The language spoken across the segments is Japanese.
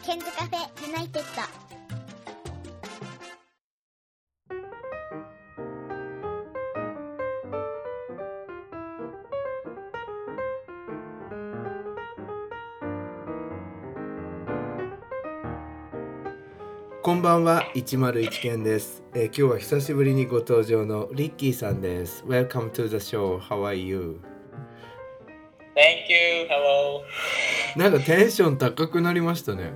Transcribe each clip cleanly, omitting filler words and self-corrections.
ケンズカフェユナイテッド。 こんばんは、101ケンです。今日は久しぶりにご登場のリッキーさんです。Welcome to the show. How are you? Thank you. Hello. なんかテンション高くなりましたね。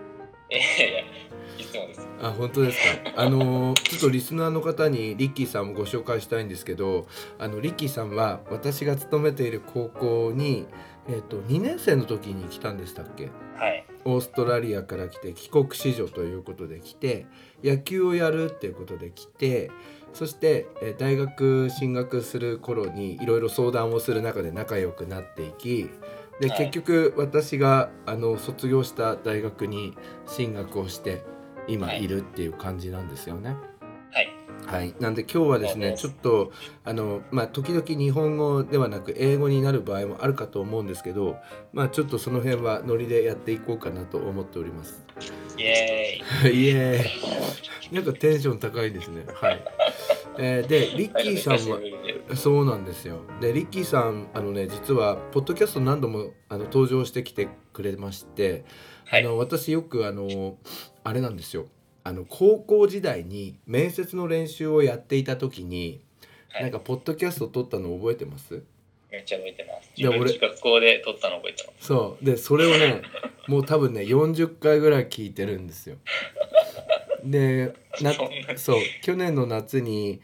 いつもです。 あ、本当ですか。ちょっとリスナーの方にリッキーさんもご紹介したいんですけど、リッキーさんは私が勤めている高校に、2年生の時に来たんでしたっけ？ はい。 オーストラリアから来て帰国子女ということで来て、野球をやるっていうことで来て、そして、大学進学する頃にいろいろ相談をする中で仲良くなっていき、で、結局私が卒業した大学に進学をして今いるっていう感じなんですよね。はい、なんで今日はですね、ちょっと時々日本語ではなく英語になる場合もあるかと思うんですけど、ちょっとその辺はノリでやっていこうかなと思っております。 イエーイ。 イエーイ。なんかテンション高いですね。はい。でリッキーさんはそうなんですよ。でリッキーさん実はポッドキャスト何度も登場してきてくれまして、 はい、 私よくあれなんですよ。高校時代に面接の練習をやっていた時に、なんかポッドキャスト撮ったの覚えてます？ めっちゃ覚えてます。自分学校で撮ったの覚えてます。 そうで、それをねもう多分ね40回ぐらい聞いてるんですよ。でそう去年の夏に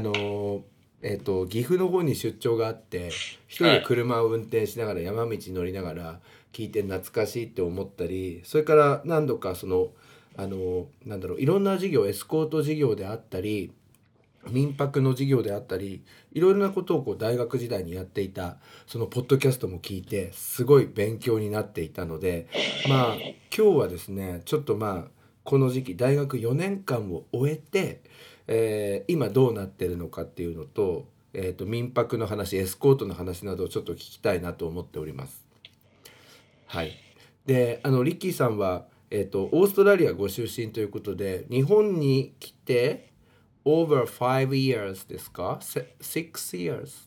岐阜の方に出張があって、一人で車を運転しながら山道乗りながら聞いて懐かしいって思ったり、それから何度かいろんな事業、エスコート事業であったり民泊の事業であったり、いろいろなことをこう大学時代にやっていたそのポッドキャストも聞いてすごい勉強になっていたので、今日はですねちょっとこの時期大学4年間を終えて、今どうなってるのかっていうのと、民泊の話、エスコートの話などをちょっと聞きたいなと思っております。はい。でリッキーさんは、オーストラリアご出身ということで、日本に来てover 5 years ですか？ 6 years?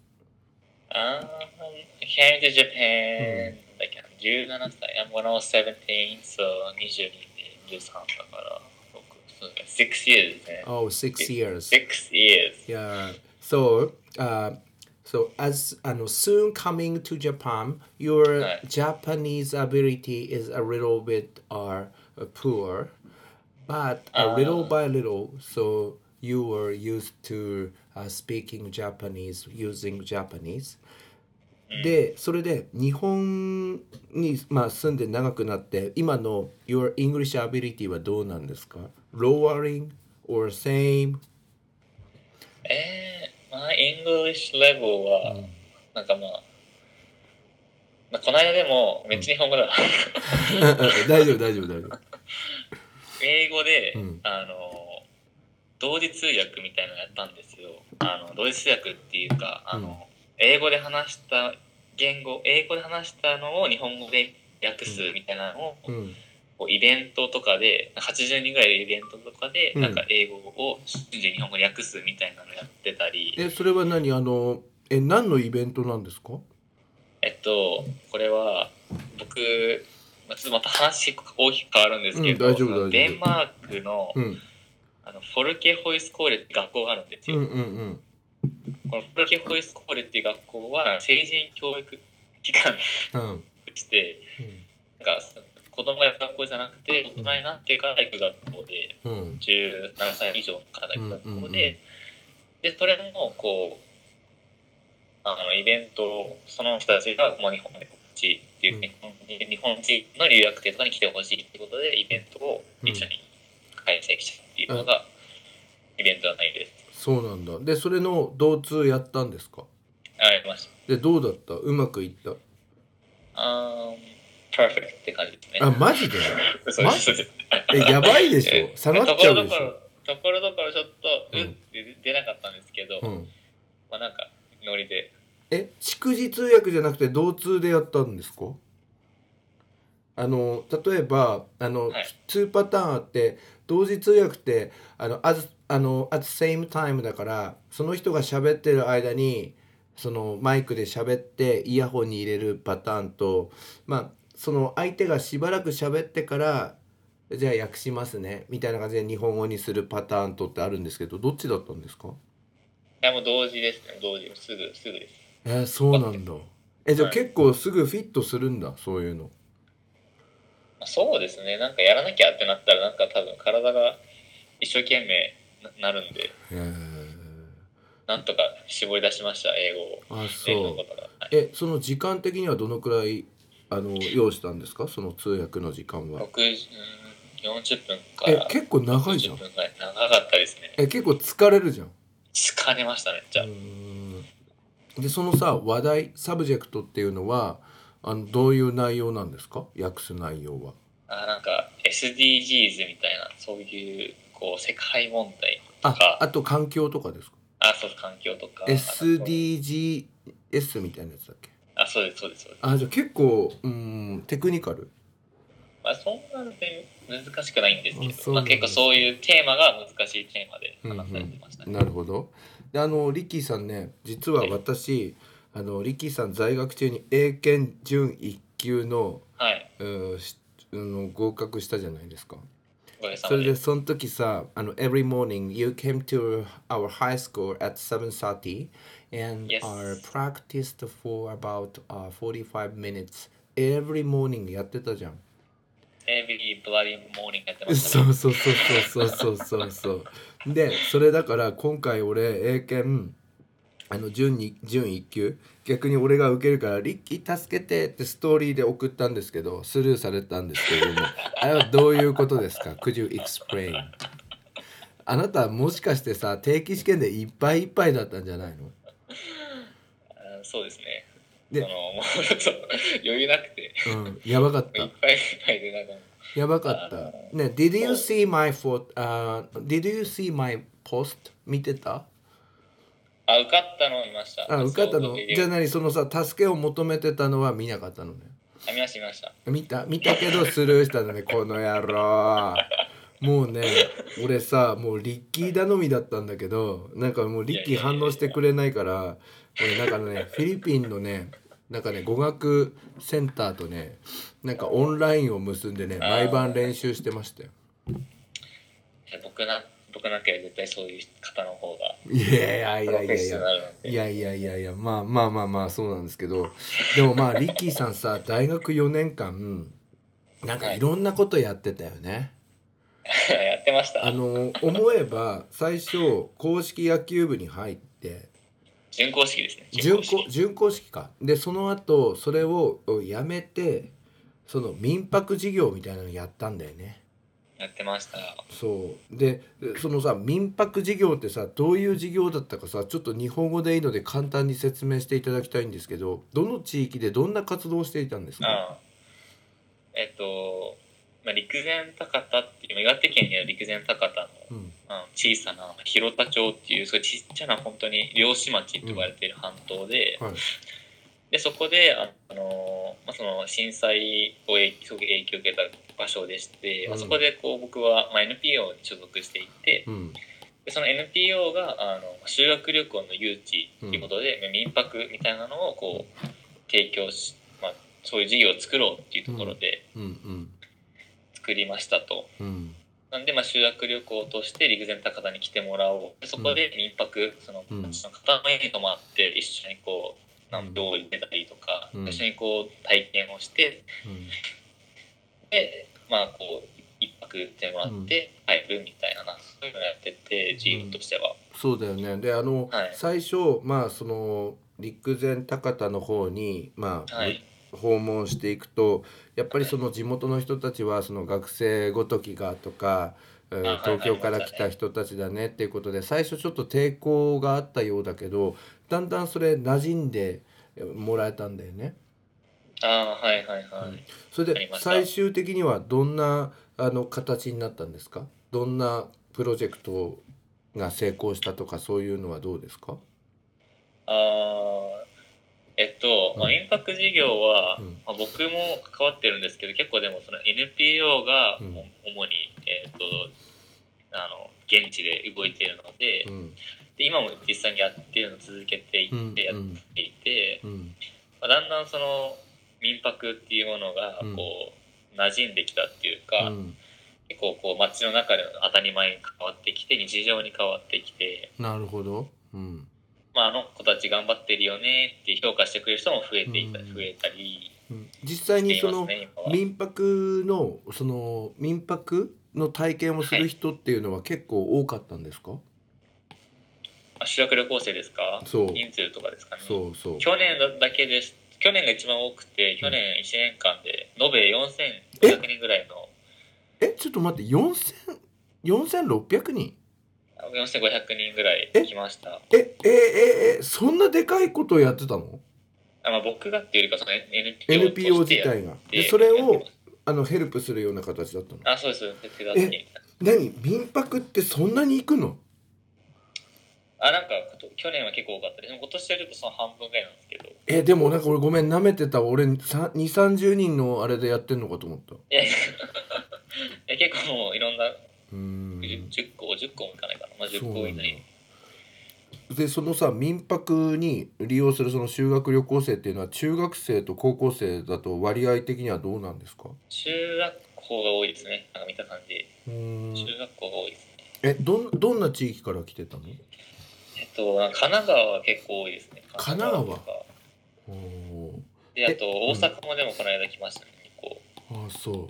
Came to Japan、17歳。When I was 17, so 22で13だから、6 years ですね。 Oh, 6 years. 6 years. Yeah. So as soon coming to Japan, your Japanese ability is a little bit poor, but little by little, so you were used to speaking Japanese, using Japanese. で、それで日本に、住んで長くなって、今の Your English ability はどうなんですか？ Lowering or same? My English level は、なんかこの間でもめっちゃ日本語だ。 大丈夫大丈夫大丈夫。 英語で、同時通訳みたいなのやったんですよ。同時通訳っていうか、英語で話したのを日本語で訳すみたいなのを、こうイベントとかで80人ぐらいいるイベントとかで、なんか英語を瞬時に日本語で訳すみたいなのやってたり。 それは何何のイベントなんですか？ これは僕、ちょっとまた話大きく変わるんですけど、 大丈夫デンマークの、フォルケホイスコーレって学校があるんですよ。このフォルケホイスコーレっていう学校は成人教育機関として、なんか子供が行く学校じゃなくて大人になってから行く学校で、17歳以上の方が行く学校で、でそれのこうイベントをその人たちがもう日本でこっちっていう、日本人の留学生とかに来てほしいってことでイベントを一緒に開催したっていうのがイベントの内容です。 そうなんだ。でそれの同通やったんですか？ やりました。 でどうだった？うまくいった？ perfect って感じですね。 マジで？ マジで？ やばいでしょ。下がっちゃうでしょ。 ところどころちょっと出なかったんですけど、なんかノリで。 蓄字通訳じゃなくて同通でやったんですか？ 例えばはい。 2パターンあって、同時通訳ってat the same time だから、その人が喋ってる間にそのマイクで喋ってイヤホンに入れるパターンと、まあその相手がしばらく喋ってからじゃあ訳しますねみたいな感じで日本語にするパターンとってあるんですけど、どっちだったんですか？ いや、もう同時ですね。同時。すぐです。 そうなんだ。じゃあはい。 結構すぐフィットするんだ、そういうの。 そうですね。なんかやらなきゃってなったら、なんか多分体が一生懸命なるんで、 へえ。 なんとか絞り出しました、英語を。日本そ語とか。はい。 う。その時間的にはどのくらい要したんですか、その通訳の時間は。 40分から結構長いじ 60 ゃん。 分ぐらい長かったですね。 結構疲れるじゃん。 疲れましたね、じうーゃあ。 ん。でそのさ、話題サブジェクトっていうのはどういう内容なんですか、訳す内容は。 なんか SDGs みたいな、そういう、こう、世界問題とか、 あと環境とかですか？ そう、環境とか、 SDGs みたいなやつだっけ？ そうです、そうです、そうです。 じゃあ結構テクニカル。 そんなに難しくないんですけど、 そうな結構んですか。 そういうテーマが難しいテーマでうん話されてましたうん、 ね。 なるほど。でリッキーさんね、実ははい。 私リッキーさん在学中に英検準1級の、 はい。 うんし合格したじゃないですか。 おかげさそまで。 れでその時さ、Every morning you came to our high school at 7:30 and are Yes. practiced for about 45 minutes every morning やってたじゃん。 Every bloody morning やってましたね。 そうそうそうそうそうそうそうそう。でそれだから今回俺英検準1級、逆に俺が受けるからリッキー助けてってストーリーで送ったんですけど、スルーされたんですけれども、あれはどういうことですか？ Could you explain? あなたもしかしてさ、定期試験でいっぱいいっぱいだったんじゃないの？ そうですね。 で、 もうちょっと余裕なくて、 やばかった。 いっぱいいっぱいで、なんか、 やばかった。ね、Did you そう。 see my Did you see my post? 見てた？ 受かったのを見ました。 受かったそう、 の？じゃあ何、そのさ、助けを求めてたのは見なかったのね。 見ました、見ました。 見たけどスルーしたのね、この野郎。もうね、俺さ、もうリッキー頼みだったんだけど、なんかもうリッキーいやいやい反応してくやいや。 れないから、俺なんかね、フィリピンのね、なんかね、語学センターとね、なんかオンラインを結んでね、毎晩練習してましたよ。 僕な、僕なんかより絶対そういう方の方がいやいプロフェッショやいやいやナルなんで。 いやいやいやいや、まあまあまあまあそうなんですけど、でもまあリッキーさんさ、大学4年間なんかはい。 いろんなことやってたよね。 やってました。 思えば最初硬式野球部に入って、 準公式ですね、準公式。 準硬式か。でその後それをやめて、その民泊事業みたいなのやったんだよね。 やってました。 そうで、そのさ民泊事業ってさ、どういう事業だったかさ、ちょっと日本語でいいので簡単に説明していただきたいんですけど、どの地域でどんな活動をしていたんですか？ ああ、陸前高田っていう、岩手県にある陸前高田の、 うん、 小さな広田町っていう、そういうちっちゃな本当に漁師町と呼ばれている半島で、 はい。 で、そこで、その震災をすごく影響を受けた場所でして、そこでこう僕は、NPO に所属していて、でその NPO が修学旅行の誘致ということで、民泊みたいなのをこう提供し、そういう事業を作ろうっていうところで作りましたと。なんで、修学旅行として陸前高田に来てもらおう。でそこで民泊、その方の家に泊まって一緒にこう、料理出たりとか、一緒にこう体験をして、で、こう、一泊してもらって帰るみたいな、そういうのやってて、自由としては。 そうだよね。ではい。 最初その陸前高田の方にはい。 訪問していくと、やっぱりその地元の人たちはその学生ごときがとか、 はい、あり東京からましたね。 来た人たちだねっていうことで最初ちょっと抵抗があったようだけど、だんだんそれ馴染んでもらえたんだよね。 はいはいはい。 それでありました。 最終的にはどんな形になったんですか？どんなプロジェクトが成功したとか、そういうのはどうですか？ あ民泊事業は、 うん僕も関わってるんですけど、結構でもその NPO がうん主に、現地で動いているので、 うんで今も実際にやってるのを続けていってやっていて、だんだんその民泊っていうものがこう馴染んできたっていうか、結構こう街の中での当たり前に変わってきて日常に変わってきて、 なるほど。 あの子たち頑張ってるよねって評価してくれる人も増えたり実際にその民泊の体験をする人っていうのは結構多かったんですか？ 修学旅行生ですか？ そう人数とかですかね。 そう去年だけです。去年が一番多くて、去年1年間で延べ4500人ぐらいの。 ちょっと待って、4600人 4500人ぐらい来ました。 そんなでかいことをやってたの？ 僕がっていうよりかその NPO 自体が。でそれをヘルプするような形だったの？ そうです。手伝って。 何？民泊ってそんなに行くの？ なんか去年は結構多かったです。今年はちょっとその半分ぐらいなんですけど。 でもなんか俺ごめん、舐めてた。俺2、30人のあれでやってんのかと思った。 結構もういろんな10個もいかないかな。10個以内。 でそのさ、民泊に利用するその修学旅行生っていうのは中学生と高校生だと割合的にはどうなんですか？ 中学校が多いですね。なんか見た感じ。中学校が多いですね。どんな地域から来てたの？ 神奈川は結構多いですね。 神奈川。 で、あと大阪もでもこの間来ましたね。 そう。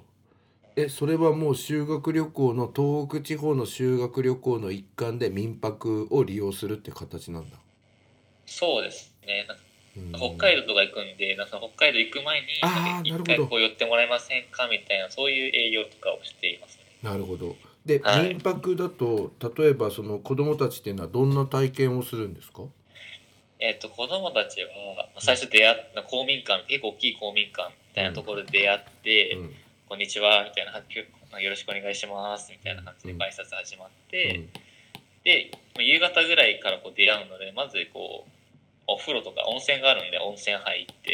それはもう修学旅行の東北地方の修学旅行の一環で民泊を利用するって形なんだ。 そうですね。北海道とか行くんで、なんか北海道行く前に一回こう寄ってもらえませんかみたいな、そういう営業とかをしていますね。 なるほど。で、民泊だと例えばその子どもたちっていうのはどんな体験をするんですか？ 子どもたちは最初出会った公民館、結構大きい公民館みたいなところで出会って、こんにちはみたいな、よろしくお願いしますみたいな感じで挨拶始まって、で夕方ぐらいからこう出会うので、まずこうお風呂とか温泉があるんで温泉入って、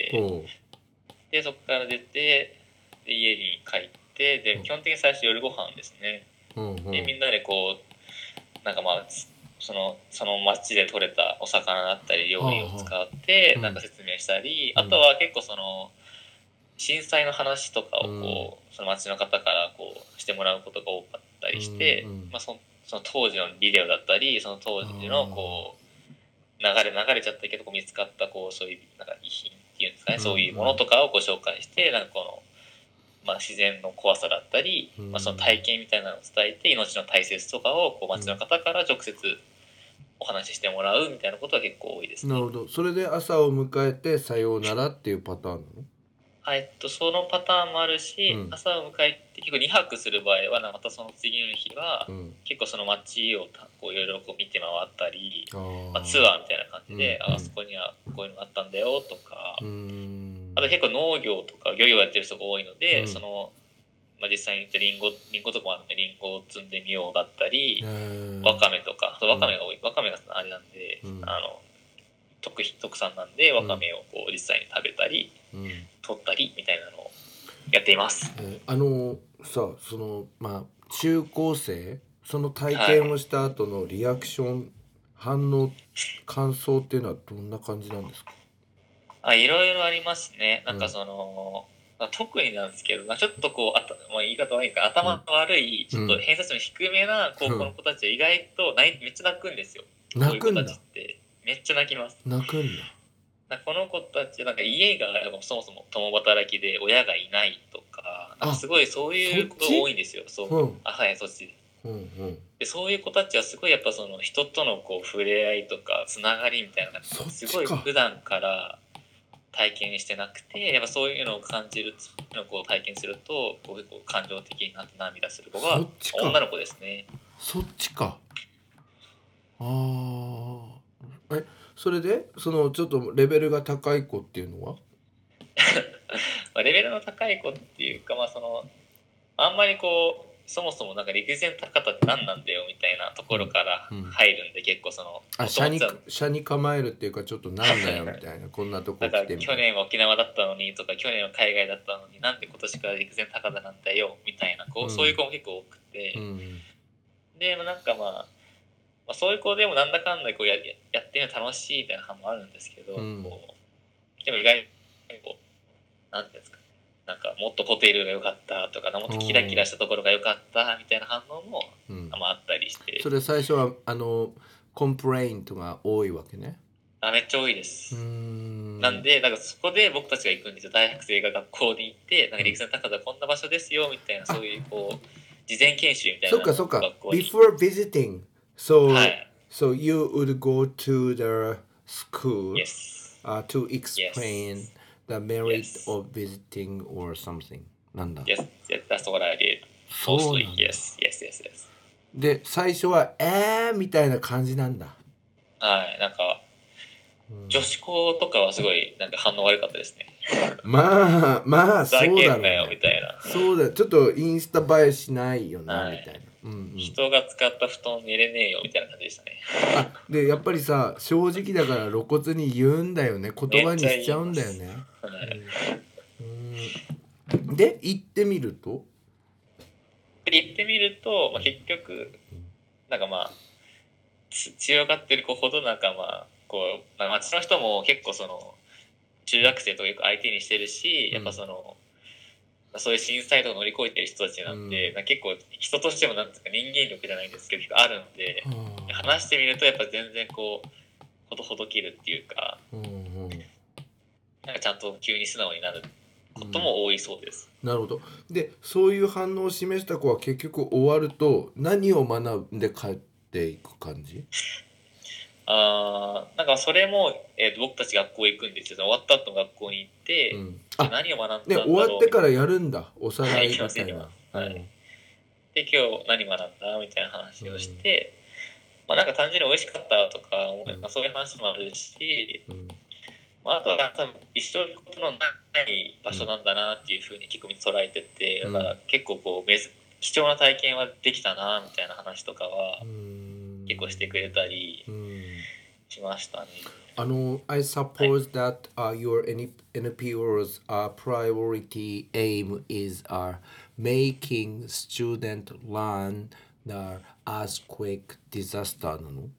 でそこから出てで家に帰って、で基本的に最初夜ご飯ですね。でみんなでこうなんかその町で採れたお魚だったり料理を使ってなんか説明したり、あとは結構その震災の話とかをこうその町の方からこうしてもらうことが多かったりして、その当時のビデオだったり、その当時のこう流れちゃったけどこう見つかったこうそういうなんか遺品っていうんですかね、そういうものとかをご紹介して、なんかこの自然の怖さだったり、その体験みたいなのを伝えて命の大切とかをこう町の方から直接お話ししてもらうみたいなことは結構多いですね。 なるほど。それで朝を迎えてさようならっていうパターンなの？ そのパターンもあるし、朝を迎えて結構2泊する場合はまたその次の日は、結構その街をこういろいろこう見て回ったり、ツアーみたいな感じで、あそこにはこういうのがあったんだよとか、あと結構農業とか漁業やってる人が多いので、その実際に言ってリンゴとかもあるのでリンゴを摘んでみようだったり、わかめとか、わかめが多い、わかめがあれなんで、特産なんでわかめをこう実際に食べたり、取ったりみたいなのをやっています。 さ、その中高生その体験をした後のリアクション、反応、感想っていうのはどんな感じなんですか？ いろいろありますね。なんかその、特になんですけど、ちょっとこう言い方悪いから頭悪い、ちょっと偏差値の低めな高校の子たちは意外とめっちゃ泣くんですよ。 泣くんだ。 こういう子たちってめっちゃ泣きます。 泣くんだ。 この子たちなんか家がそもそも共働きで親がいないとか、なんかすごいそういうこと多いんですよ。そっちで。そういう子たちはすごいやっぱその人とのこう触れ合いとかつながりみたいなのがすごい普段から体験してなくて、やっぱそういうのを感じるのを体験するとこう感情的になって涙する子が女の子ですね。 そっちか。それでそのちょっとレベルが高い子っていうのはレベルの高い子っていうか、そのあんまりこうそもそもなんか陸前高田って何なんだよみたいなところから入るんで、結構その車に構えるっていうかちょっとなんだよみたいなこんなとこ来てみたいな。 去年は沖縄だったのにとか去年は海外だったのになんで今年から陸前高田なんだよみたいなそういう子も結構多くて、でなんかまあそういう子でもなんだかんだこうやってるの楽しいみたいな話もあるんですけど、でも意外にこうなんていうんですか、なんかもっとホテルが良かったとかもっとキラキラしたところが良かったみたいな反応も、あったりして、 それ最初はコンプレイントが多いわけね。 めっちゃ多いです。なんでなんかそこで僕たちが行くんですよ。大学生が学校に行ってなんか陸前高田こんな場所ですよみたいな、そういうこう事前研修みたいな。 そうか before visiting so you would go to the school to explain the merit of visiting or something なんだ。 Yes, that's what I did. Mostly, yes. で最初はみたいな感じなんだ。 なんか女子校とかはすごいなんか反応悪かったですね。 まあそうだろうね。 みたいな。 そうだ、ちょっとインスタ映えしないよなみたいな。 人が使った布団寝れねえよみたいな感じでしたね。 でやっぱりさ正直だから露骨に言うんだよね、言葉にしちゃうんだよね。で行ってみると、 結局なんか強がってる子ほどなんか町の人も結構その中学生とかよく相手にしてるし、やっぱそのそういう震災とか乗り越えてる人たちなんで、結構人としてもなんていうか人間力じゃないんですけどあるんで、話してみるとやっぱ全然こうほどけるっていうか、なんかちゃんと急に素直になることも多いそうです。 なるほど。でそういう反応を示した子は結局終わると何を学んで帰っていく感じ？ なんかそれも、僕たち学校行くんですよ。終わった後学校に行って、何を学んだんだろう。 終わってからやるんだ、おさらいみたいな。で今日何学んだみたいな話をして、なんか単純に美味しかったとか、そういう話もあるし、あとは多分一緒にことのない場所なんだなっていうふうに結構捉えてて、だから結構こう貴重な体験はできたなみたいな話とかは結構してくれたりしましたね。 I suppose that your NPO's priority aim is making student learn the earthquake disaster なの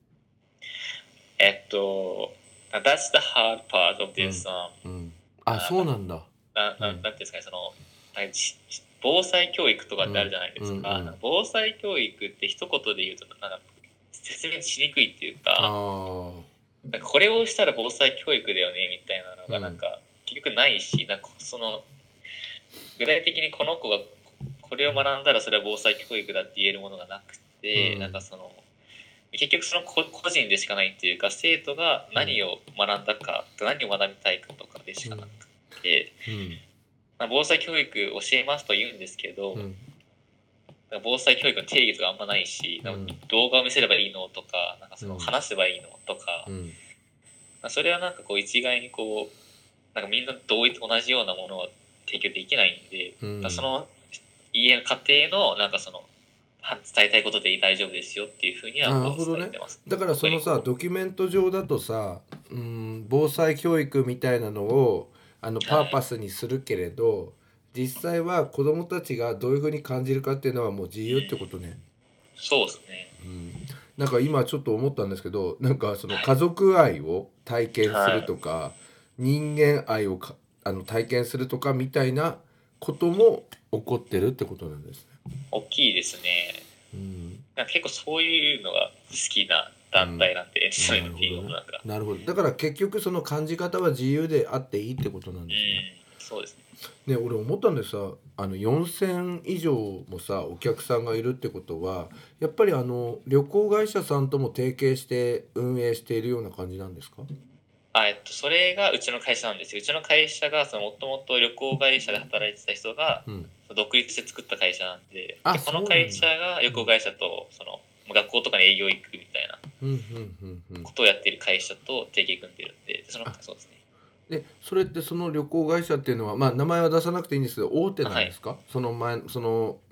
？That's the hard part of this. そうなんだ。 なんていうんですかね、その防災教育とかってあるじゃないですか。防災教育って一言で言うとなんか説明しにくいっていうか、なんかこれをしたら防災教育だよねみたいなのがなんか結局ないし、なんかその具体的にこの子がこれを学んだらそれは防災教育だって言えるものがなくて、なんかその結局その個人でしかないっていうか、生徒が何を学んだか、何を学びたいかとかでしかなくて、防災教育教えますと言うんですけど、防災教育の定義とかあんまないし、動画を見せればいいのとか、なんかその話せばいいのとか、それはなんかこう一概にこうなんかみんな同じようなものは提供できないんで、その家の家庭のなんかその伝えたいことで大丈夫ですよっていうふうには伝えてます。 だからそのさドキュメント上だとさ、防災教育みたいなのをパーパスにするけれど、実際は子どもたちがどういうふうに感じるかっていうのはもう自由ってことね。 そうですね。 なんか今ちょっと思ったんですけど、なんかその家族愛を体験するとか、人間愛を体験するとかみたいなことも起こってるってことなんですね。 大きいですね。なんか結構そういうのが好きな団体なんで、 なるほど。だから結局その感じ方は自由であっていいってことなんですね。 そうですね。 ね、俺思ったんでさ、4000以上もさお客さんがいるってことはやっぱり旅行会社さんとも提携して運営しているような感じなんですか？ それがうちの会社なんですよ。うちの会社がもともと旅行会社で働いてた人が、独立して作った会社なんで、この会社が旅行会社とその学校とかに営業行くみたいなことをやっている会社と提携組んでるんで、そうですね。 でそれってその旅行会社っていうのは、名前は出さなくていいんですけど大手なんですか？その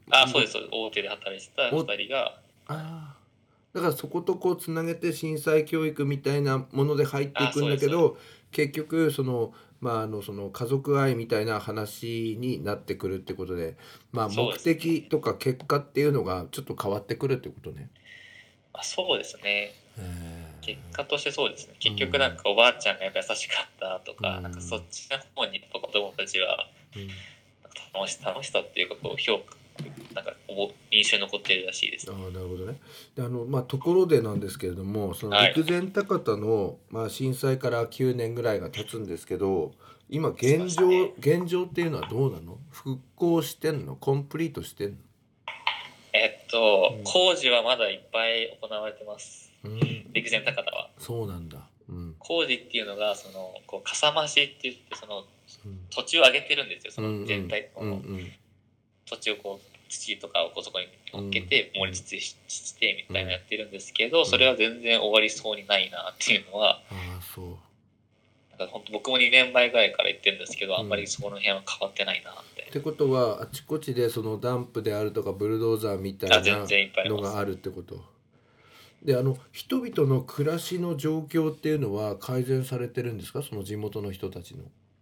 そうです大手で働いてた2人が。 だからそことこうつなげて震災教育みたいなもので入っていくんだけど、結局そのその家族愛みたいな話になってくるってことで、目的とか結果っていうのがちょっと変わってくるってことね。 そうですね。結果としてそうですね。結局なんかおばあちゃんがやっぱ優しかったとか、なんかそっちの方に子供たちは楽しさっていうかこう評価なんか印象に残っているらしいです。 なるほどね。でところでなんですけれども、その陸前高田の、震災から9年ぐらいが経つんですけど、今現状っていうのはどうなの？復興してんの？コンプリートしてんの？ 工事はまだいっぱい行われてます。陸前高田は。 そうなんだ。 工事っていうのがそのこうかさ増しって言ってその土地を上げてるんですよ。その全体の土地をこう土とかをそこに乗っけて盛り土してみたいなやってるんですけど、それは全然終わりそうにないなっていうのは。なんか本当僕も2年前ぐらいから言ってるんですけど、あんまりそこの辺は変わってないなって。 ってことはあちこちでそのダンプであるとかブルドーザーみたいなのがあるってこと？で人々の暮らしの状況っていうのは改善されてるんですか？その地元の人たちの。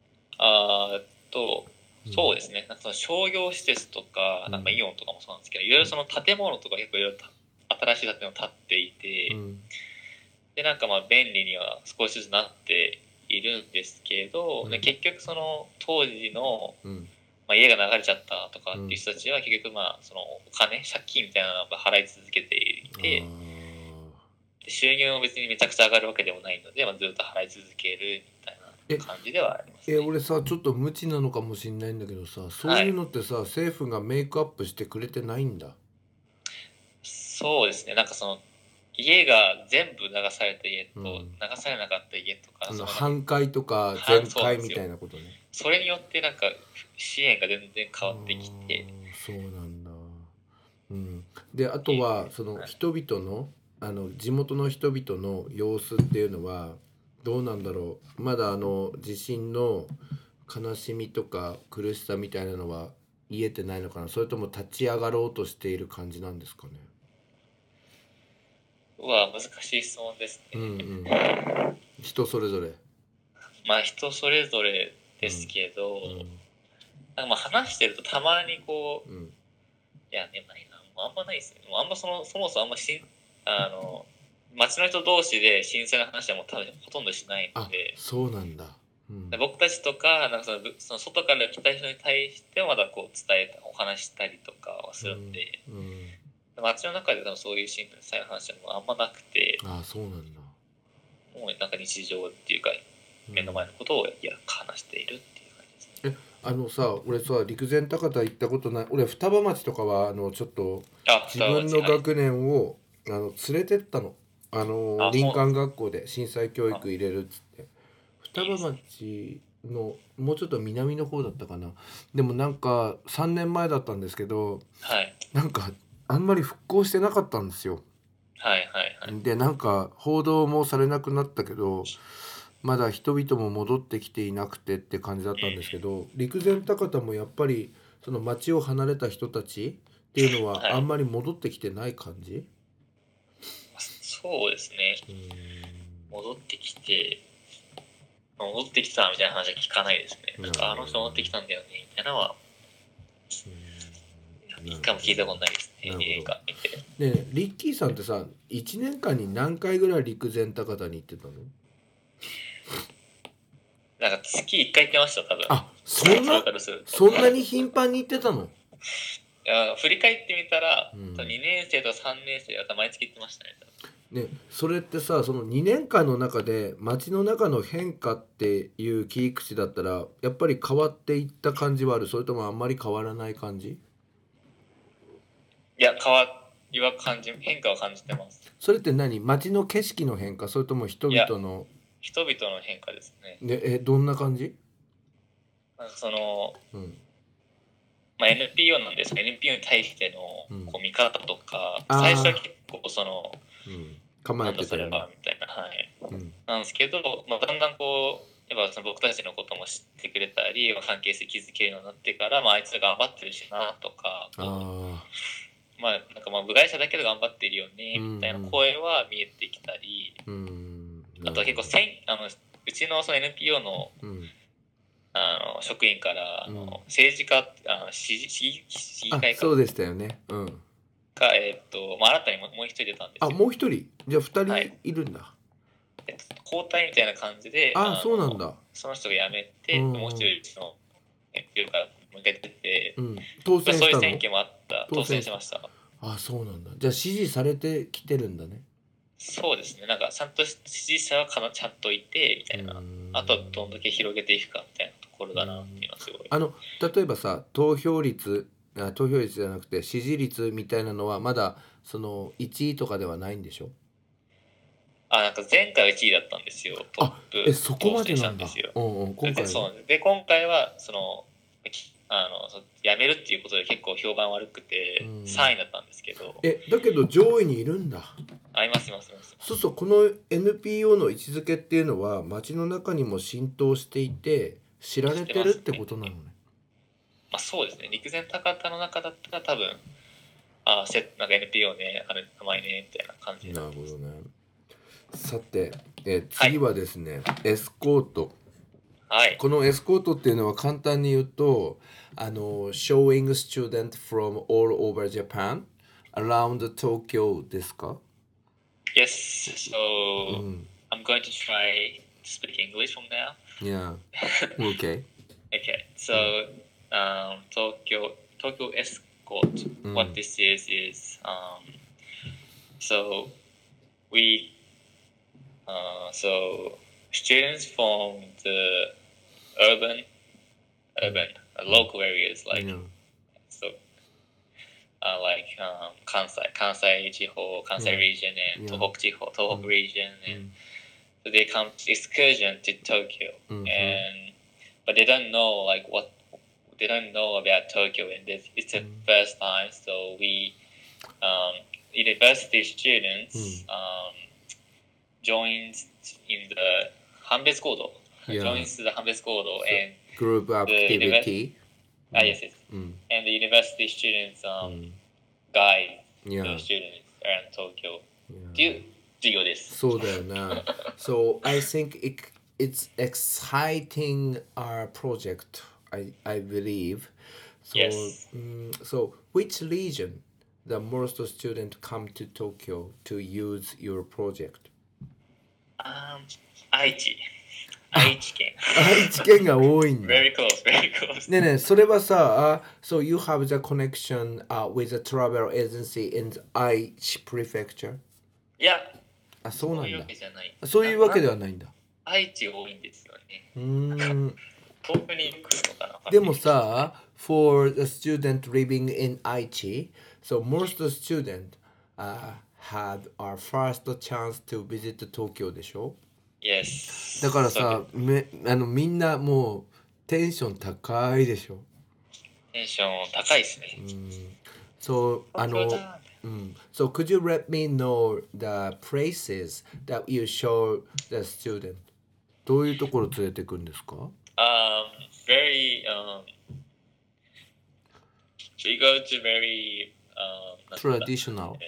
そうですね。なんかその商業施設とか、なんかイオンとかもそうなんですけど、いろいろその建物とか結構いろいろ新しい建物建っていて、でなんか便利には少しずつなっているんですけど、結局その当時の、家が流れちゃったとかっていう人たちは結局そのお金借金みたいなのを払い続けていて、で収入も別にめちゃくちゃ上がるわけでもないので、ずっと払い続けるみたいな感じではありますね。 俺さちょっと無知なのかもしれないんだけどさ、そういうのってさ、政府がメイクアップしてくれてないんだ。 そうですね。なんかその家が全部流された家と、流されなかった家とか、 半壊とか全壊みたいなことね。 それによってなんか支援が全然変わってきて。 そうなんだ。であとはその人々の地元の人々の様子っていうのはどうなんだろう。まだ地震の悲しみとか苦しさみたいなのは癒えてないのかな。それとも立ち上がろうとしている感じなんですかね。 難しい質問ですね。 人それぞれ。 人それぞれですけど、なんか話してるとたまにこう、いやねないな、あんまないですね。あんまそもそもあんま町の人同士で震災の話はもう多分ほとんどしないので。 そうなんだ。 僕たちとか、なんかその外から来た人に対してはまだこうお話したりとかはするんで、街の中でそういう震災の話はもうあんまなくて。 そうなんだ。 もうなんか日常っていうか目の前のことを話しているっていう感じですね。 俺さ陸前高田行ったことない。俺双葉町とかはちょっと自分の学年を連れてったの。林間学校で震災教育入れるっつって。双葉町のもうちょっと南の方だったかな。でもなんか3年前だったんですけど、なんかあんまり復興してなかったんですよ。でなんか報道もされなくなったけど、まだ人々も戻ってきていなくてって感じだったんですけど、陸前高田もやっぱりその町を離れた人たちっていうのはあんまり戻ってきてない感じ？ そうですね。戻ってきたみたいな話は聞かないですね。なんかあの人戻ってきたんだよねみたいなのは一回も聞いたことないですね。映画見て。 ね、リッキーさんってさ1年間に何回ぐらい陸前高田に行ってたの？ なんか月1回行ってました多分。 そんなに頻繁に行ってたの？ 振り返ってみたら、2年生と3年生だったら毎月行ってましたね。 それってさその2年間の中で街の中の変化っていう切り口だったらやっぱり変わっていった感じはある？それともあんまり変わらない感じ？ いや変化は感じてます。 それって何？街の景色の変化？それとも人々の変化ですね。 でどんな感じ？ なんかNPO なんですが NPO に対してのこう見方とか、最初は結構構えてたよねみたいななんですけど、だんだんこうやっぱその僕たちのことも知ってくれたり、関係性築けるようになってから、あいつ頑張ってるしなとか、なんか部外者だけど頑張ってるよねみたいな声は見えてきたり、あとは結構うちのその NPO の、職員から政治家市議会かそうでしたよね。 が新たにもう一人出たんですよ。 もう一人じゃあ2人いるんだ。 交代みたいな感じで、 そうなんだ。 その人が辞めて、もう一人の NPO からもう一回出て、 当選したの？ そういう選挙もあった。当選しました。 そうなんだ。じゃあ支持されてきてるんだね。 そうですね。なんかちゃんと支持者はちゃんといてみたいな。あとはどんだけ広げていくかみたいなところだなっていうのはすごい。 例えばさ、投票率じゃなくて支持率みたいなのはまだその1位とかではないんでしょ？ なんか前回は1位だったんですよ。トップそこまでなんだ。 今回はその辞めるっていうことで結構評判悪くて3位だったんですけど。 だけど上位にいるんだ。 います。 そう、この NPO の位置づけっていうのは街の中にも浸透していて知られてるってことなのね。 そうですね。陸前高田の中だったら多分なんか NPO ね、うまいねみたいな感じ。 なるほどね。さて、次はですね、エスコート。このエスコートっていうのは簡単に言うとshowing student from all over Japan around Tokyo ですか？ Yes, so I'm going to try to speak English from now. Yeah. Okay. Okay, so Tokyo Escort. What this is so we so students from the urban local areas like Kansai 地方 Kansai region and 東北 region and so they come excursion to Tokyo and but they don't know they don't know about Tokyo and it's the first time so we university students joins in the Hanbetsu Kodo joins the Hanbetsu Kodo and group activity. Yes. And the university students guide the students around Tokyo. っていう授業です。 そうだよね。So I think it's exciting project. I believe. So, yes. So which region the most students come to Tokyo to use your project? 愛知県が多いんだ。 Very close. ねえねえ、それはさ、So you have the connection with the travel agency in the 愛知 prefecture? いや、 そうなんだ。そういうわけではないんだ。 愛知多いんですよね。遠くに来るのかな。 でもさ、for the student living in 愛知、so most students had our first chance to visit Tokyo でしょ ？Yes. だからさ、みんなもうテンション高いでしょ。 テンション高いですね。 So so could you let me know the places that you show the student? どういうところ連れてくんですか ？Very we go to very traditional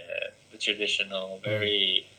very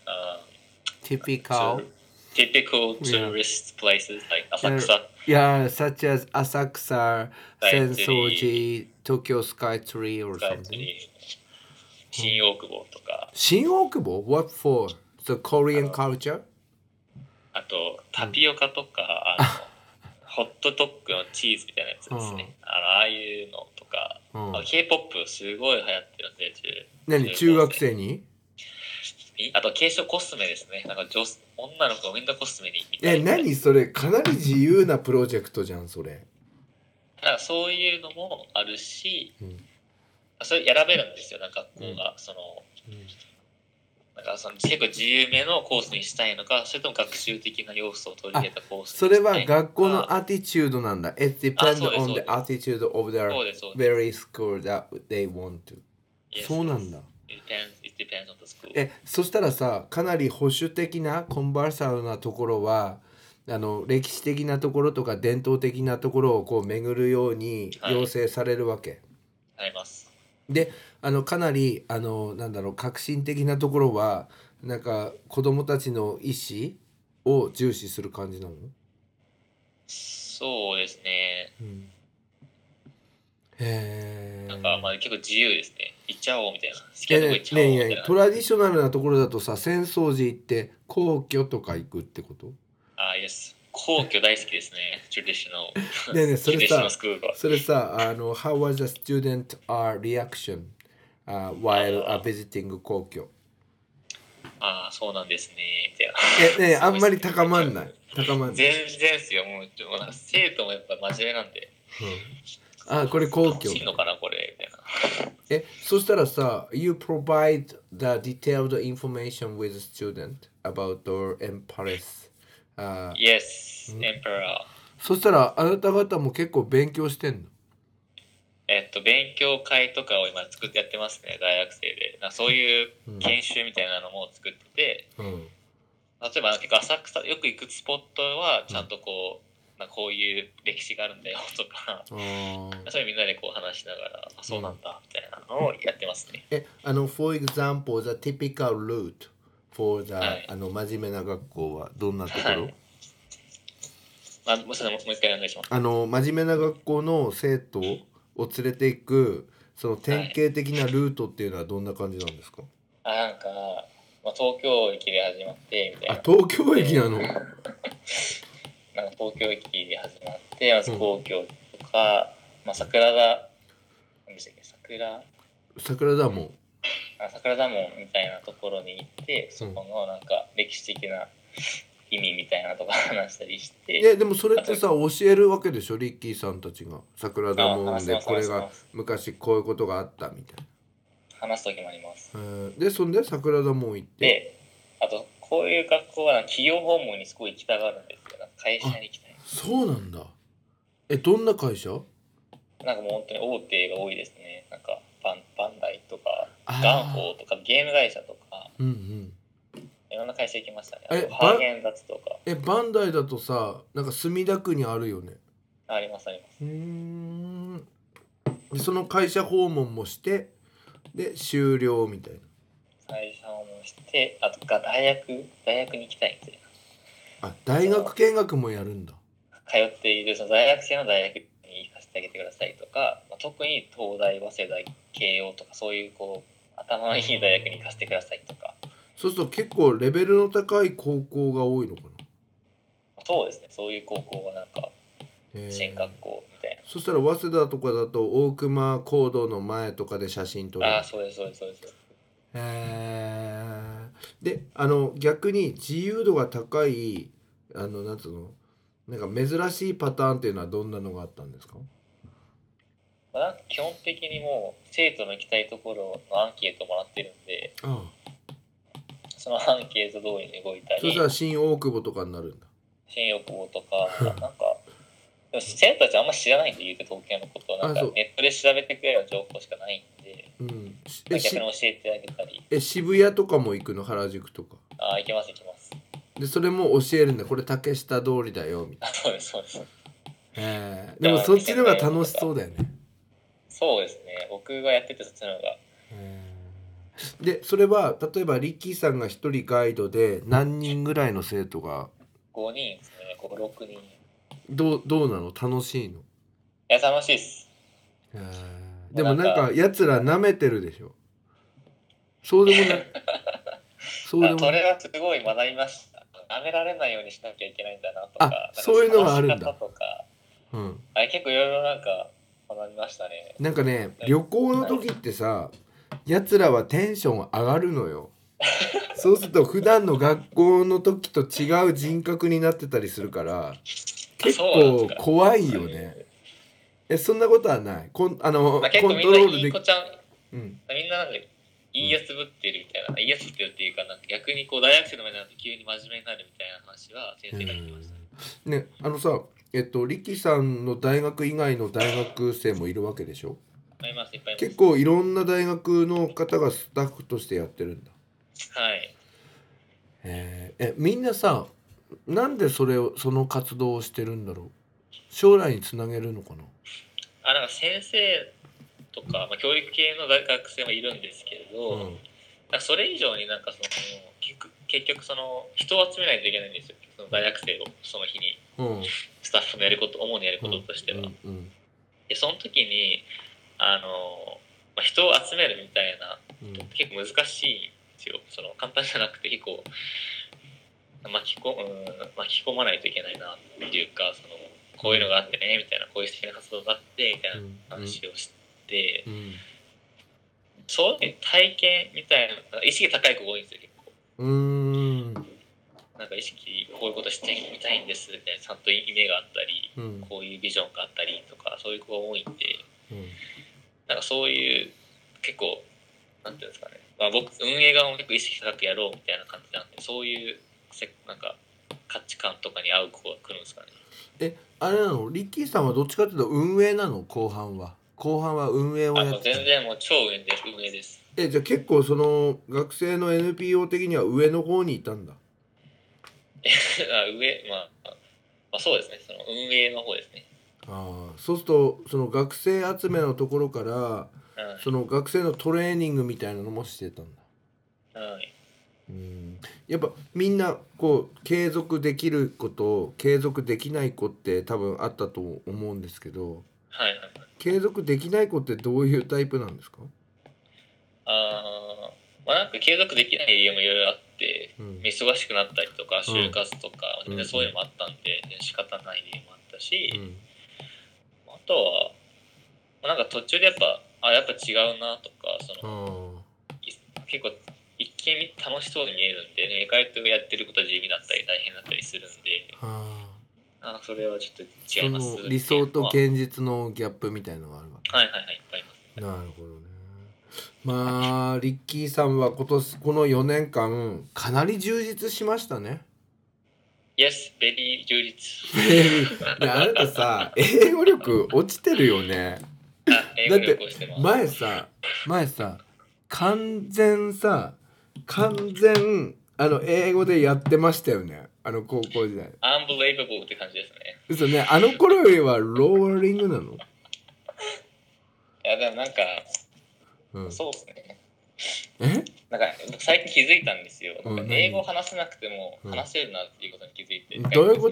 typical tourist places like Asakusa. Yeah, such as Asakusa, Sensoji, Tokyo Skytree or something. 新大久保とか。 新大久保 What for? The Korean culture? あとタピオカとかホットドッグのチーズみたいなやつですね。ああいうのとか、K-POP すごい流行ってるんで。 何中学生に？ あと化粧コスメですね。なんか女の子がみんなコスメにみたいな。 何それかなり自由なプロジェクトじゃんそれ。 なんかそういうのもあるし、それ選べるんですよ。なんか学校がなんか結構自由めのコースにしたいのか、それとも学習的な要素を取り入れたコースにしたいのか。 それは学校のアティチュードなんだ。It depends on the attitude of their very school that they want to. そうなんだ。 It depends on the school. そしたらさ、かなり保守的なコンバーサルなところは歴史的なところとか伝統的なところをこう巡るように要請されるわけ、 あります。 でかなりなんだろう革新的なところはなんか子供たちの意思を重視する感じなの？ そうですね。なんかまあ結構自由ですね。行っちゃおうみたいな。好きなとこ行っちゃおうみたいな。 トラディショナルなところだとさ、浅草寺行って皇居とか行くってこと？ Yes。皇居大好きですね。traditional。 ねえねえ、それさ、 traditional school が。 How was the student reaction while visiting 皇居？ そうなんですね。みたいな。 ねえ、あんまり高まんない。 全然ですよ。もう生徒もやっぱ真面目なんで。 これ皇居。 楽しいのかなこれみたいな。 そしたらさ、You provide the detailed information with the student about the empress。Yes, emperor。 そしたらあなた方も結構勉強してんの？ 勉強会とかを今作ってやってますね、大学生で。そういう研修みたいなのも作ってて、例えば結構浅草よく行くスポットはちゃんとこう、こういう歴史があるんだよとか、それみんなでこう話しながら、そうなんだみたいなのをやってますね。 For example, the typical route for the、真面目な学校はどんなところ？ もう一回お願いします。 真面目な学校の生徒を連れていくその典型的なルートっていうのはどんな感じなんですか？ なんか、東京駅で始まってみたいな。 東京駅なの？ なんか東京駅で始まってまず皇居とか、桜田何でしたっけ、 桜田門みたいなところに行って、そこのなんか歴史的な意味みたいなとか話したりして。 でもそれってさ教えるわけでしょ、リッキーさんたちが。桜田門でこれが昔こういうことがあったみたいな話す時もあります。 でそんで桜田門行って、 であとこういう学校は企業訪問にすごい行きたがるんですよ。会社に行きたい。 そうなんだ。どんな会社？ なんかもう本当に大手が多いですね。なんかバンダイとかガンホーとかゲーム会社とか、いろんな会社行きましたね。ハーゲンダッツとか。 バンダイだとさ、なんか墨田区にあるよね。 あります。 その会社訪問もしてで終了みたいな。 会社訪問してあとか大学に行きたいみたいな。大学見学もやるんだ。 通っているその大学生の大学に行かせてあげてくださいとか、特に東大、早稲田、慶応とかそういうこう頭のいい大学に行かせてくださいとか。 そうすると結構レベルの高い高校が多いのかな？ そうですね。そういう高校がなんか進学校みたいな。 そしたら早稲田とかだと大熊講堂の前とかで写真撮る。 そうです。 で逆に自由度が高いなんつうの、なんか珍しいパターンっていうのはどんなのがあったんですか？ 基本的にもう生徒の行きたいところのアンケートもらってるんで、そのアンケート通りに動いたり。 そしたら新大久保とかになるんだ。 新大久保とかなんかでも生徒たちあんま知らないんで、言うて東京のことなんかネットで調べてくれる情報しかないんで、逆に教えてあげたり。 渋谷とかも行くの？原宿とか？ 行きます。 でそれも教えるんだ。これ竹下通りだよみたいな。 そうです。 でもそっちの方が楽しそうだよね。 そうですね。僕がやっててそっちの方が。 でそれは例えばリッキーさんが一人ガイドで何人ぐらいの生徒が ？5人ですね。6人。 どうなの？楽しいの？ いや楽しいっす。 でもなんかやつら舐めてるでしょ。そうでもない。 それはすごい学びました。舐められないようにしなきゃいけないんだなとか。 そういうのがあるんだ。 とか、結構いろいろなんか学びましたね。 なんかね、旅行の時ってさ、やつらはテンション上がるのよ。そうすると普段の学校の時と違う人格になってたりするから結構怖いよね。そんなことはない。コントロールできる。 みんななんか言いやつぶってるみたいな、言いやつぶってるっていうか、なんか逆にこう大学生の前になると急に真面目になるみたいな話は先生が言ってました。 ね、さ、リキさんの大学以外の大学生もいるわけでしょ？ います。 結構いろんな大学の方がスタッフとしてやってるんだ。 はい。 みんなさ、 なんでその活動をしてるんだろう。将来につなげるのかな。 なんか先生とか、教育系の学生もいるんですけれど、それ以上になんか結局その人を集めないといけないんですよ。その大学生をその日に、スタッフの主にやることとしては。でその時に人を集めるみたいな、結構難しいんですよ。その簡単じゃなくて結構巻き込まないといけないなっていうか、こういうのがあってねみたいな、こういう素敵な活動があってみたいな話をして、そういう体験みたいな意識高い子が多いんですよ結構。なんか意識こういうことしてみたいんですみたいな、ちゃんと夢があったり、こういうビジョンがあったりとか、そういう子が多いんで、なんかそういう結構なんていうんですかね、僕運営側も結構意識高くやろうみたいな感じなんで、そういうなんか価値観とかに合う子が来るんですかね。 あれなの、リッキーさんはどっちかっていうと運営なの？後半は運営をやって。 全然もう超運営です。 じゃあ結構その学生の NPO 的には上の方にいたんだ。 そうですね、その運営の方ですね。 そうするとその学生集めのところから、その学生のトレーニングみたいなのもしてたんだ。やっぱみんなこう継続できる子と継続できない子って多分あったと思うんですけど、継続できない子ってどういうタイプなんですか？ なんか継続できない理由もいろいろあって、忙しくなったりとか就活とか、そういうのもあったんで、仕方ない理由もあったし、あとはなんか途中でやっぱ違うなとか、結構一見楽しそうに見えるんで、ね、意外とやってることは地味だったり大変だったりするんで、それはちょっと違います。 その理想と現実のギャップみたいなのがあるわけ。 いっぱいあります。 なるほどね。リッキーさんはこの4年間かなり充実しましたね。 Yes, very 充実。 あなたさ、英語力落ちてるよね。 英語力落ちてます。 前さ完全英語でやってましたよね、高校時代。 Unbelievable って感じですね。 嘘ね。あの頃よりはローリングなの？ いやでもなんか、そうですね。なんか最近気づいたんですよ。なんか英語話せなくても話せるなっていうことに気づいて。 どういうこと？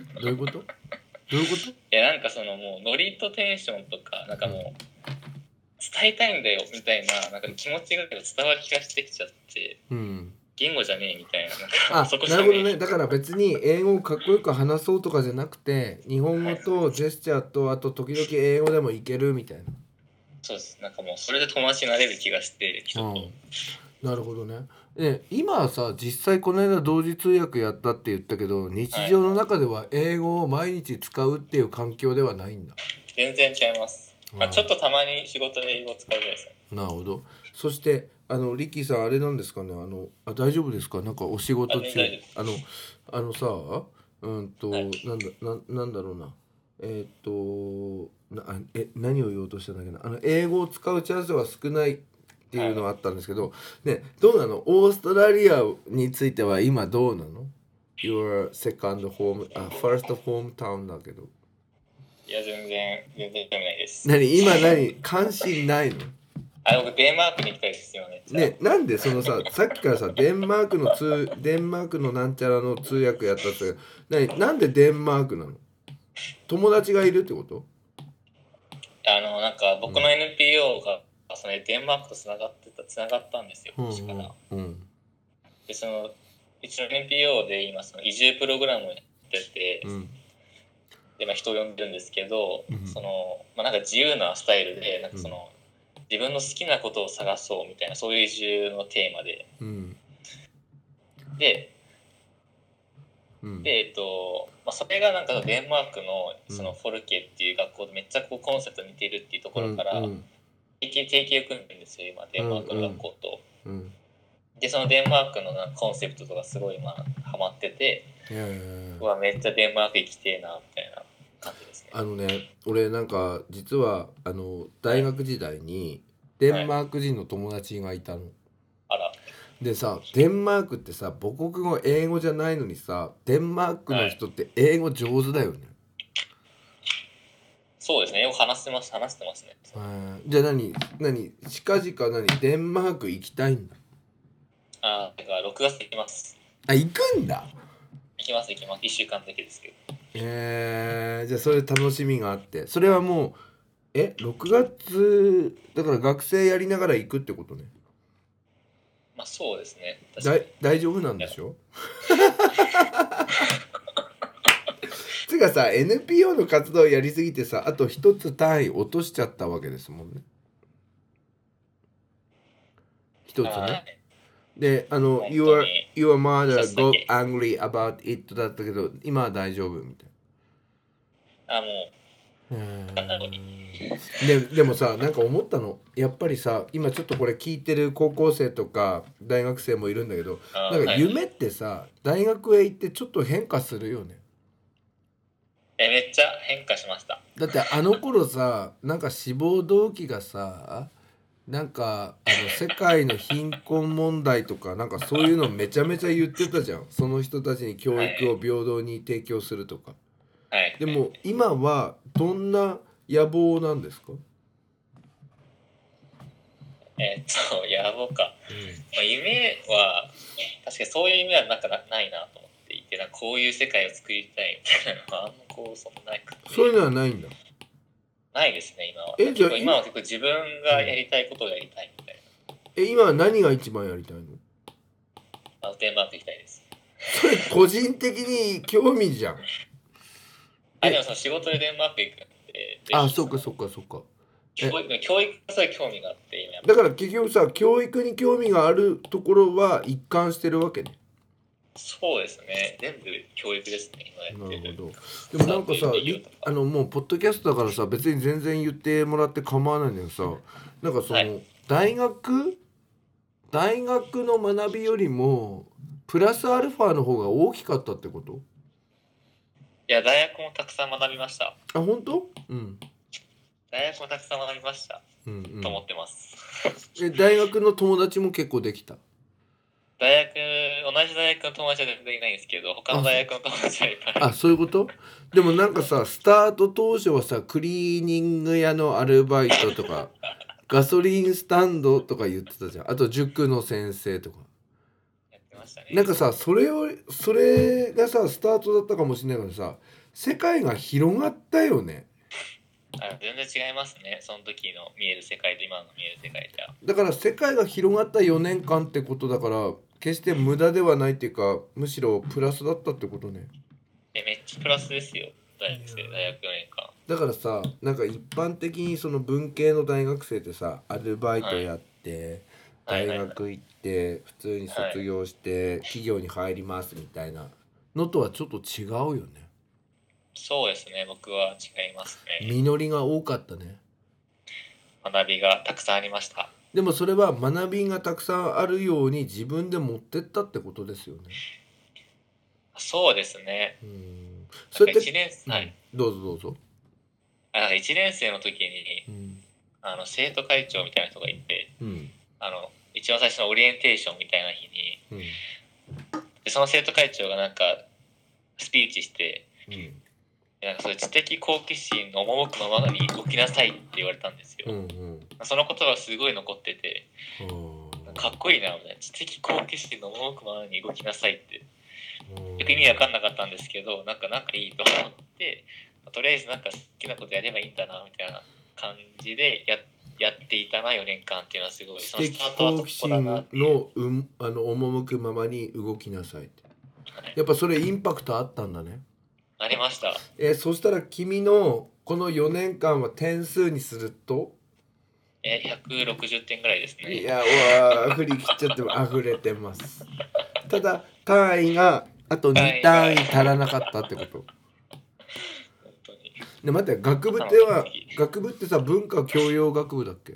いやなんかもうノリとテンションとかなんかもう伝えたいんだよみたいな、なんか気持ちが伝わる気がしてきちゃって、言語じゃねえみたいな、そこじゃねえ。 なるほどね。だから別に英語をかっこよく話そうとかじゃなくて、日本語とジェスチャーとあと時々英語でもいけるみたいな。 そうです。なんかもうそれで友達になれる気がして人と。 なるほどね。今はさ、実際この間同時通訳やったって言ったけど、日常の中では英語を毎日使うっていう環境ではないんだ。 全然違います。ちょっとたまに仕事で英語を使うぐらいです。 なるほど。そしてリッキーさんあれなんですかね、大丈夫ですか？なんかお仕事中さ、なんだろうな、何を言おうとしたんだっけな。英語を使うチャンスは少ないっていうのはあったんですけど、ね、どうなの？オーストラリアについては今どうなの？ Your second home, first hometown だけど。 いや全然興味ないです。 関心ないの？ 僕デンマークに行きたいですよね。 なんでさっきからさデンマークのなんちゃらの通訳やったってなんでデンマークなの？友達がいるってこと？ なんか僕の NPO がデンマークとつながったんですよ。確かな。でうちの NPO で今移住プログラムをやってて、で人を呼んでるんですけど、なんか自由なスタイルでなんか自分の好きなことを探そうみたいな、そういう移住のテーマで、それがなんかデンマークのフォルケっていう学校でめっちゃコンセプト似てるっていうところから、提携を組んでるんですよ今デンマークの学校と。でそのデンマークのコンセプトとかすごい今ハマってて、めっちゃデンマーク行きてえなみたいな感じですね。 俺なんか実は大学時代にデンマーク人の友達がいたの。 でさ、デンマークってさ、母国語英語じゃないのにさ、デンマークの人って英語上手だよね。 そうですね、英語話してますね。 じゃあ近々デンマーク行きたいんだ。 だから6月行きます。 行くんだ。 行きます。1週間だけですけど。 じゃあそれ楽しみがあって、それはもう6月だから学生やりながら行くってことね。 まあそうですね。 大丈夫なんでしょつかさ、 NPO の活動やりすぎてさ、あと一つ単位落としちゃったわけですもんね。一つね。でyour mother got angry about it だったけど、今は大丈夫みたいな。 もうでもさ、なんか思ったの、やっぱりさ、今ちょっとこれ聞いてる高校生とか大学生もいるんだけど、なんか夢ってさ、大学へ行ってちょっと変化するよね。 めっちゃ変化しました。 だってあの頃さ、なんか志望動機がさ、なんか世界の貧困問題とかなんかそういうのめちゃめちゃ言ってたじゃん。その人たちに教育を平等に提供するとか。でも今はどんな野望なんですか？ 野望か。夢は確かにそういう夢はなんかないなと思っていて、なんかこういう世界を作りたいみたいなのはあんまこうそんなない。 そういうのはないんだ。 ないですね、今は。今は結構自分がやりたいことをやりたいみたいな。 今は何が一番やりたいの？ デンマーク行きたいです。 それ個人的に興味じゃん。 でもその仕事でデンマーク行くんで。 そうか。 教育がすごい興味があって今。 だから結局さ、教育に興味があるところは一貫してるわけね。 そうですね。全部教育ですね。 なるほど。でもなんかさ、もうポッドキャストだからさ、別に全然言ってもらって構わないんだけどさ、なんかその、大学の学びよりもプラスアルファの方が大きかったってこと？ いや、大学もたくさん学びました。 本当？うん。 大学もたくさん学びました。と思ってます。 大学の友達も結構できた？ 同じ大学の友達は全然いないんですけど、他の大学の友達はいっぱい。 そういうこと？でもなんかさ、スタート当初はさ、クリーニング屋のアルバイトとかガソリンスタンドとか言ってたじゃん。あと塾の先生とかやってましたね。 なんかさ、それがさスタートだったかもしれないけどさ、世界が広がったよね。 全然違いますね。その時の見える世界と今の見える世界じゃ。 だから世界が広がった4年間ってことだから、決して無駄ではないっていうか、むしろプラスだったってことね。 めっちゃプラスですよ。大学4年間。 だからさ、なんか一般的にその文系の大学生ってさ、アルバイトやって、大学行って普通に卒業して企業に入りますみたいなのとはちょっと違うよね。 そうですね、僕は違いますね。 実りが多かったね。 学びがたくさんありました。 でもそれは学びがたくさんあるように自分で持ってったってことですよね。 そうですね。 それって 1年生、 どうぞ。 1年生の時に、生徒会長みたいな人がいて、一番最初のオリエンテーションみたいな日に、でその生徒会長がなんかスピーチして、なんかそういう知的好奇心の赴くままに動きなさいって言われたんですよ。その言葉がすごい残ってて、かっこいいなみたいな。知的好奇心の赴くままに動きなさいってよく意味わかんなかったんですけど、なんかいいと思って、とりあえずなんか好きなことやればいいんだなみたいな感じでやっていたな4年間っていうのはすごい。 知的好奇心の赴くままに動きなさいって。やっぱそれインパクトあったんだね。 ありました。 そしたら君のこの4年間は点数にすると 160点ぐらいですね。 いや振り切っちゃって溢れてます。ただ単位があと2単位足らなかったってこと。 本当に。 で待って、学部ってさ、文化教養学部だっけ？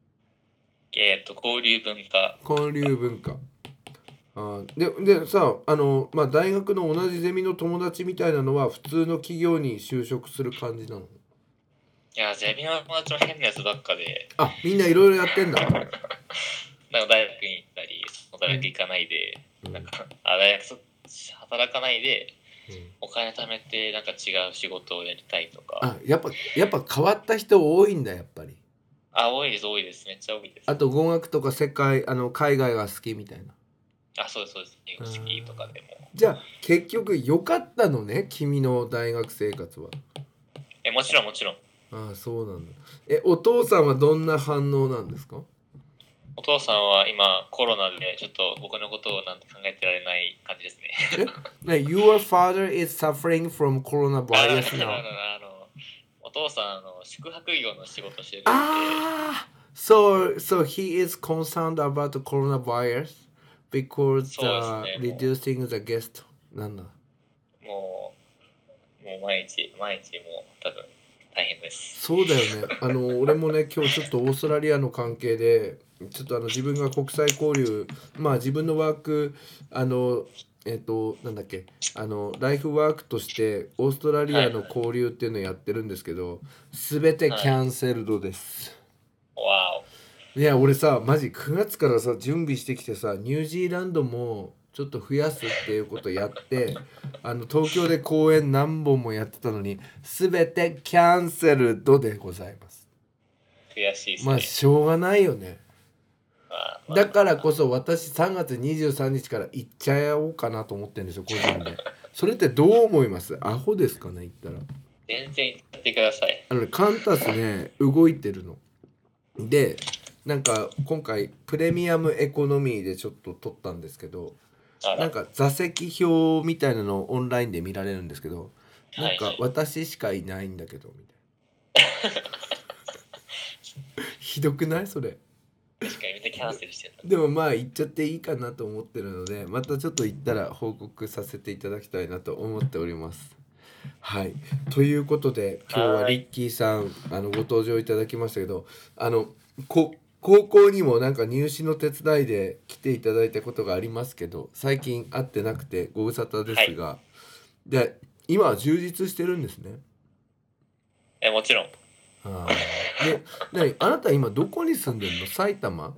交流文化。 でさ、大学の同じゼミの友達みたいなのは普通の企業に就職する感じなの？ いや、ゼミの友達も変なやつばっかで。 みんないろいろやってんだ。 なんか大学に行ったり、外大学行かないで、なんか大学働かないで、お金貯めてなんか違う仕事をやりたいとか。 やっぱ変わった人多いんだ、やっぱり。 多いです、めっちゃ多いです。 あと語学とか海外が好きみたいな。 そうです。英語好きとかでも。 じゃあ結局良かったのね、君の大学生活は。 もちろん。 そうなんだ。お父さんはどんな反応なんですか？ お父さんは今コロナでちょっと僕のことをなんて考えてられない感じですね。 Your father is suffering from coronavirus now. お父さん宿泊業の仕事してるんで。 So he is concerned about the coronavirus because reducing the guest. なんだ。 もう毎日もう多分大変です。 そうだよね。俺もね今日ちょっとオーストラリアの関係でちょっと自分が国際交流自分のワークなんだっけライフワークとしてオーストラリアの交流っていうのをやってるんですけど、全てキャンセルドです。いや俺さマジ9月からさ準備してきてさ、ニュージーランドもちょっと増やすっていうことやって東京で公演何本もやってたのに全てキャンセルドでございます。 悔しいですね。 しょうがないよね。だからこそ私3月23日から行っちゃおうかなと思ってるんですよ、個人で。それってどう思います？アホですかね、言ったら。 全然行ってください。 カンタスね動いてるので、なんか今回プレミアムエコノミーでちょっと撮ったんですけど、なんか座席表みたいなのをオンラインで見られるんですけど、なんか私しかいないんだけどみたいな。ひどくないそれ？ 確かにめっちゃキャンセルしてる。 でも行っちゃっていいかなと思ってるので、またちょっと行ったら報告させていただきたいなと思っております。はい、ということで今日はリッキーさんご登場いただきましたけど、高校にもなんか入試の手伝いで来ていただいたことがありますけど、最近会ってなくてご無沙汰ですが、で今は充実してるんですね。 もちろん。 で、あなた今どこに住んでるの？埼玉？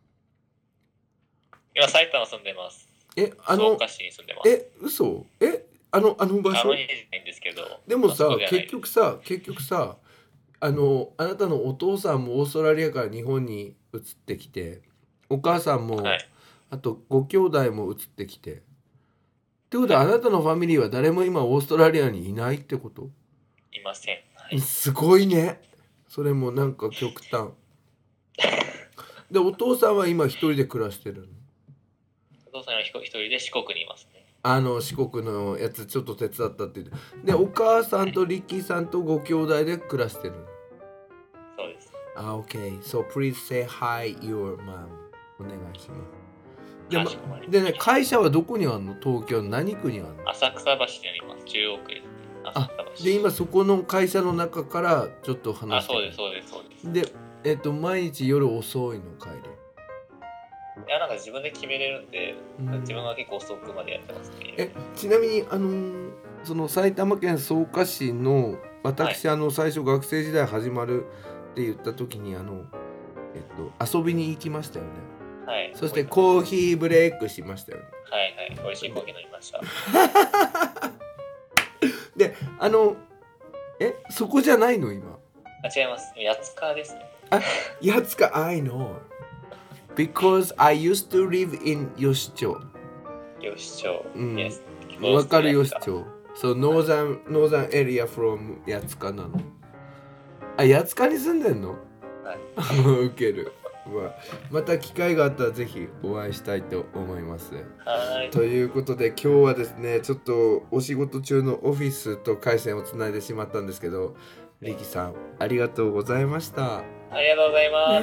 今埼玉住んでます。草加市に住んでます。 嘘？あの場所？でもさ、結局さあなたのお父さんもオーストラリアから日本に移ってきて、お母さんも、あとご兄弟も移ってきて、ってことはあなたのファミリーは誰も今オーストラリアにいないってこと？ いません。すごいね。それもなんか極端。でお父さんは今一人で暮らしてるの？ お父さんは一人で四国にいますね。 四国のやつちょっと手伝ったって言って。でお母さんとリッキーさんとご兄弟で暮らしてるの？ そうです。 Okay. So please say hi your mom. お願いします。でね、会社はどこにあるの？東京の何区にあるの？ 浅草橋にあります。中央区です。浅草橋。 で今そこの会社の中からちょっと話して。 そうです。 で、毎日夜遅いの帰り？ いやなんか自分で決めれるんで、自分は結構遅くまでやってますね。 ちなみにその埼玉県草加市の私、最初学生時代始まるって言った時に遊びに行きましたよね。 はい。 そしてコーヒーブレイクしましたよね。 はい。美味しいコーヒー飲みました。 でそこじゃないの今？ 違います。八塚ですね。 八塚 I know because I used to live in 吉町。 吉町。Yes。 わかる吉町。そう、northern area from 八塚なの。八塚に住んでんの？ はい。 ウケる。また機会があったらぜひお会いしたいと思います。 はい。 ということで今日はですね、ちょっとお仕事中のオフィスと回線をつないでしまったんですけど、リキさんありがとうございました。 ありがとうございます。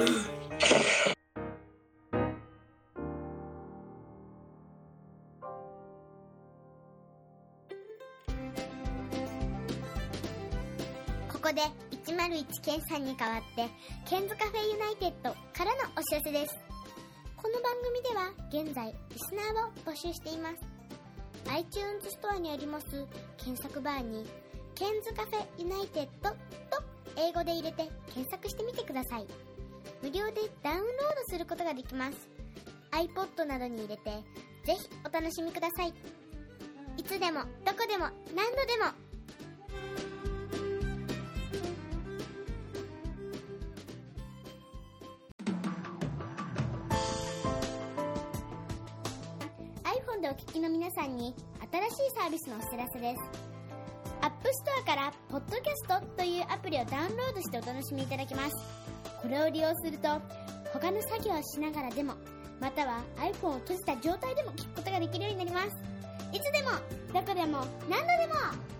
ここで101ケンさんに代わってケンズカフェユナイテッドからのお知らせです。この番組では現在リスナーを募集しています。 iTunes ストアにあります検索バーにケンズカフェユナイテッドと英語で入れて検索してみてください。無料でダウンロードすることができます。 iPod などに入れてぜひお楽しみください。いつでもどこでも何度でも。iPhone でお聞きの皆さんに新しいサービスのお知らせです。App Store からポッドキャストというアプリをダウンロードしてお楽しみいただけます。これを利用すると他の作業をしながらでも、または iPhone を閉じた状態でも聞くことができるようになります。いつでもどこでも何度でも。